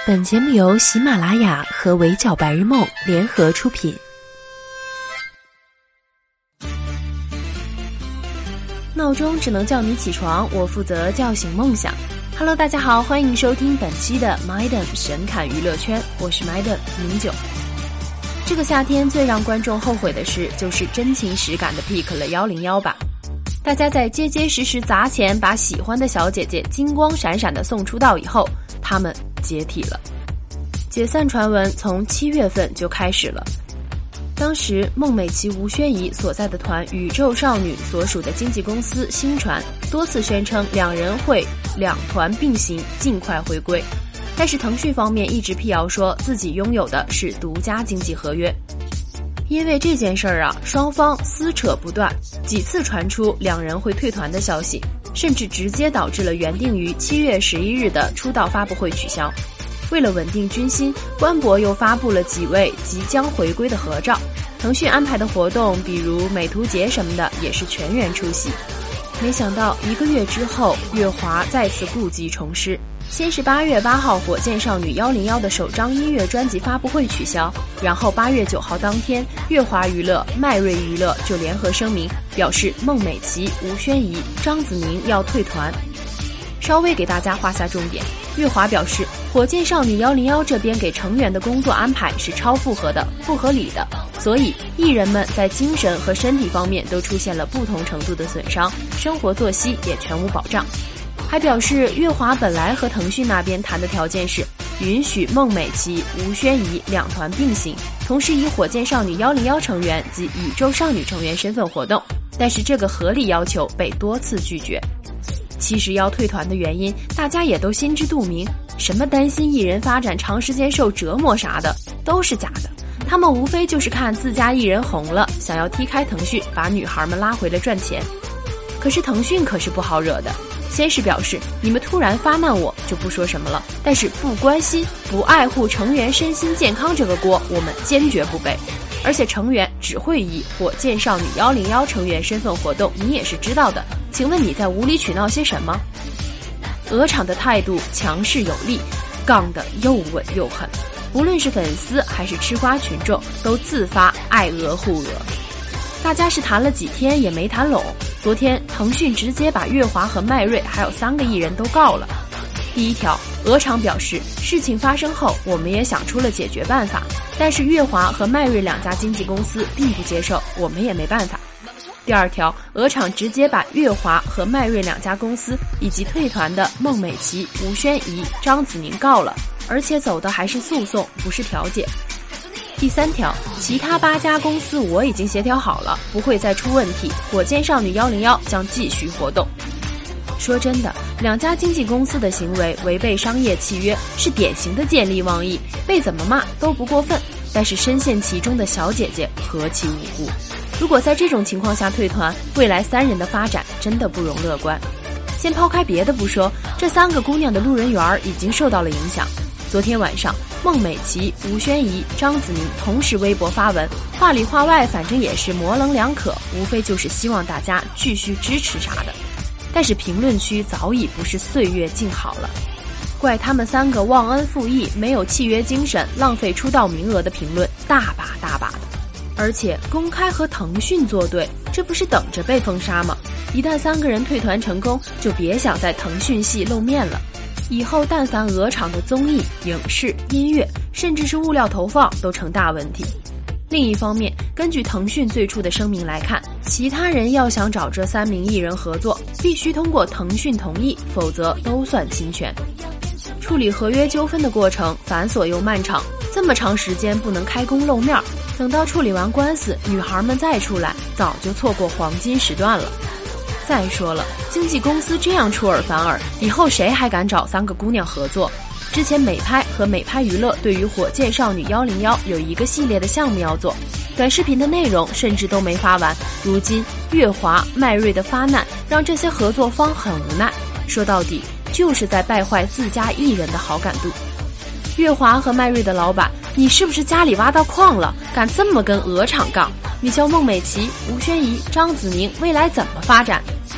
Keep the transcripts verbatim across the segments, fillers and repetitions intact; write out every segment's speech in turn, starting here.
本节目由喜马拉雅和围剿白日梦联合出品。闹钟只能叫你起床，我负责叫醒梦想。Hello， 大家好，欢迎收听本期的 Maiden 神侃娱乐圈，我是 Maiden 零九。这个夏天最让观众后悔的事，就是真情实感的 pick 了一零一吧。大家在结结实实砸钱把喜欢的小姐姐金光闪闪的送出道以后，他们解体了。解散传闻从七月份就开始了。当时孟美岐、吴宣仪所在的团宇宙少女所属的经纪公司新传多次宣称两人会两团并行，尽快回归。但是腾讯方面一直辟谣说自己拥有的是独家经纪合约。因为这件事儿啊，双方撕扯不断，几次传出两人会退团的消息，甚至直接导致了原定于七月十一日的出道发布会取消。为了稳定军心，官博又发布了几位即将回归的合照。腾讯安排的活动，比如美图节什么的，也是全员出席。没想到一个月之后，乐华再次故技重施。先是八月八号火箭少女一零一的首张音乐专辑发布会取消，然后八月九号当天，乐华娱乐、迈瑞娱乐就联合声明，表示孟美岐、吴宣仪、张子宁要退团。稍微给大家画下重点，乐华表示，火箭少女一零一这边给成员的工作安排是超负荷的、不合理的，所以艺人们在精神和身体方面都出现了不同程度的损伤，生活作息也全无保障。还表示，乐华本来和腾讯那边谈的条件是允许孟美岐、吴宣仪两团并行，同时以火箭少女一零一成员及宇宙少女成员身份活动，但是这个合理要求被多次拒绝。其实要退团的原因大家也都心知肚明，什么担心艺人发展长时间受折磨啥的都是假的，他们无非就是看自家艺人红了，想要踢开腾讯，把女孩们拉回来赚钱。可是腾讯可是不好惹的，先是表示你们突然发难我就不说什么了，但是不关心不爱护成员身心健康这个锅我们坚决不背，而且成员只会以火箭少女一零一成员身份活动，你也是知道的，请问你在无理取闹些什么？鹅厂的态度强势有力，杠得又稳又狠，无论是粉丝还是吃瓜群众都自发爱鹅护鹅。大家是谈了几天也没谈拢，昨天腾讯直接把乐华和迈瑞还有三个艺人都告了。第一条，鹅厂表示事情发生后我们也想出了解决办法，但是乐华和迈瑞两家经纪公司并不接受，我们也没办法。第二条，鹅厂直接把乐华和迈瑞两家公司以及退团的孟美岐、吴宣仪、张子宁告了，而且走的还是诉讼，不是调解。第三条，其他八家公司我已经协调好了，不会再出问题，火箭少女一零一将继续活动。说真的，两家经纪公司的行为违背商业契约，是典型的见利忘义，被怎么骂都不过分，但是深陷其中的小姐姐何其无辜。如果在这种情况下退团，未来三人的发展真的不容乐观。先抛开别的不说，这三个姑娘的路人缘已经受到了影响。昨天晚上，孟美岐、吴宣仪、张子宁同时微博发文，话里话外反正也是模棱两可，无非就是希望大家继续支持啥的。但是评论区早已不是岁月静好了，怪他们三个忘恩负义、没有契约精神、浪费出道名额的评论大把大把的。而且公开和腾讯作对，这不是等着被封杀吗？一旦三个人退团成功，就别想在腾讯系露面了。以后但凡鹅厂的综艺、影视、音乐，甚至是物料投放都成大问题。另一方面，根据腾讯最初的声明来看，其他人要想找这三名艺人合作，必须通过腾讯同意，否则都算侵权。处理合约纠纷的过程繁琐又漫长，这么长时间不能开工露面，等到处理完官司，女孩们再出来，早就错过黄金时段了。再说了，经纪公司这样出尔反尔，以后谁还敢找三个姑娘合作？之前美拍和美拍娱乐对于火箭少女一零一有一个系列的项目要做，短视频的内容甚至都没发完。如今乐华、迈瑞的发难让这些合作方很无奈，说到底就是在败坏自家艺人的好感度。乐华和迈瑞的老板，你是不是家里挖到矿了，敢这么跟鹅厂杠？你叫孟美岐、吴宣仪、张子宁未来怎么发展？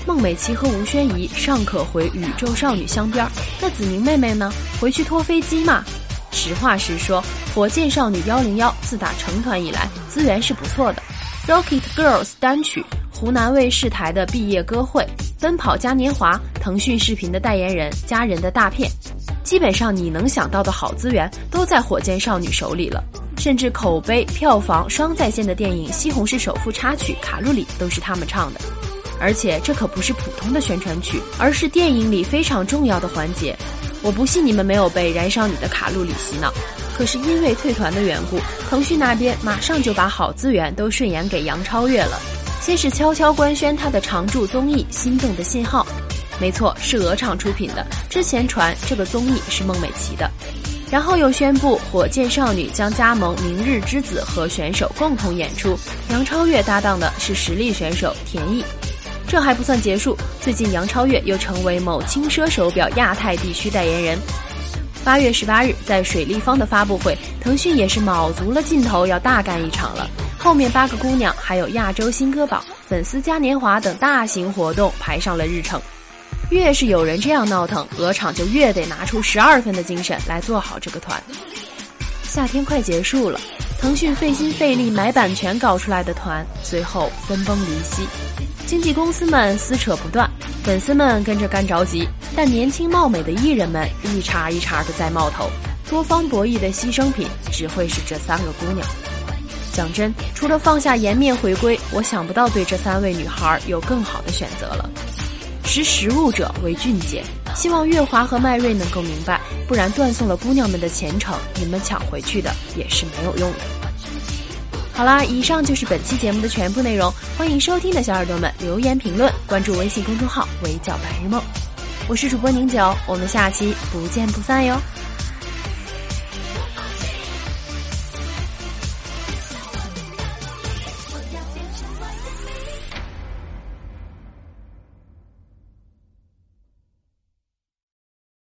孟美岐和吴宣仪尚可回宇宙少女镶边，那子宁妹妹呢？回去拖飞机嘛。实话实说，火箭少女一零一自打成团以来，资源是不错的。Rocket Girls 单曲，湖南卫视台的毕业歌会，奔跑嘉年华，腾讯视频的代言人，家人的大片，基本上你能想到的好资源都在火箭少女手里了。甚至口碑、票房双在线的电影《西红柿首富》插曲《卡路里》都是他们唱的。而且这可不是普通的宣传曲，而是电影里非常重要的环节。我不信你们没有被燃烧你的卡路里洗脑。可是因为退团的缘故，腾讯那边马上就把好资源都顺延给杨超越了。先是悄悄官宣他的常驻综艺《心动的信号》，没错，是鹅厂出品的，之前传这个综艺是孟美岐的。然后又宣布火箭少女将加盟明日之子和选手共同演出，杨超越搭档的是实力选手田毅。这还不算结束，最近杨超越又成为某轻奢手表亚太地区代言人。八月十八日，在水立方的发布会，腾讯也是卯足了劲头要大干一场了。后面八个姑娘还有亚洲新歌榜、粉丝嘉年华等大型活动排上了日程。越是有人这样闹腾，鹅厂就越得拿出十二分的精神来做好这个团。夏天快结束了，腾讯费心费力买版权搞出来的团，最后分崩离析。经纪公司们撕扯不断，粉丝们跟着干着急，但年轻貌美的艺人们一茬一茬的在冒头，多方博弈的牺牲品只会是这三个姑娘。讲真，除了放下颜面回归，我想不到对这三位女孩有更好的选择了。识时务者为俊杰，希望月华和麦瑞能够明白，不然断送了姑娘们的前程，你们抢回去的也是没有用的。好啦，以上就是本期节目的全部内容，欢迎收听的小耳朵们留言评论，关注微信公众号围剿白日梦。我是主播宁九，我们下期不见不散哟。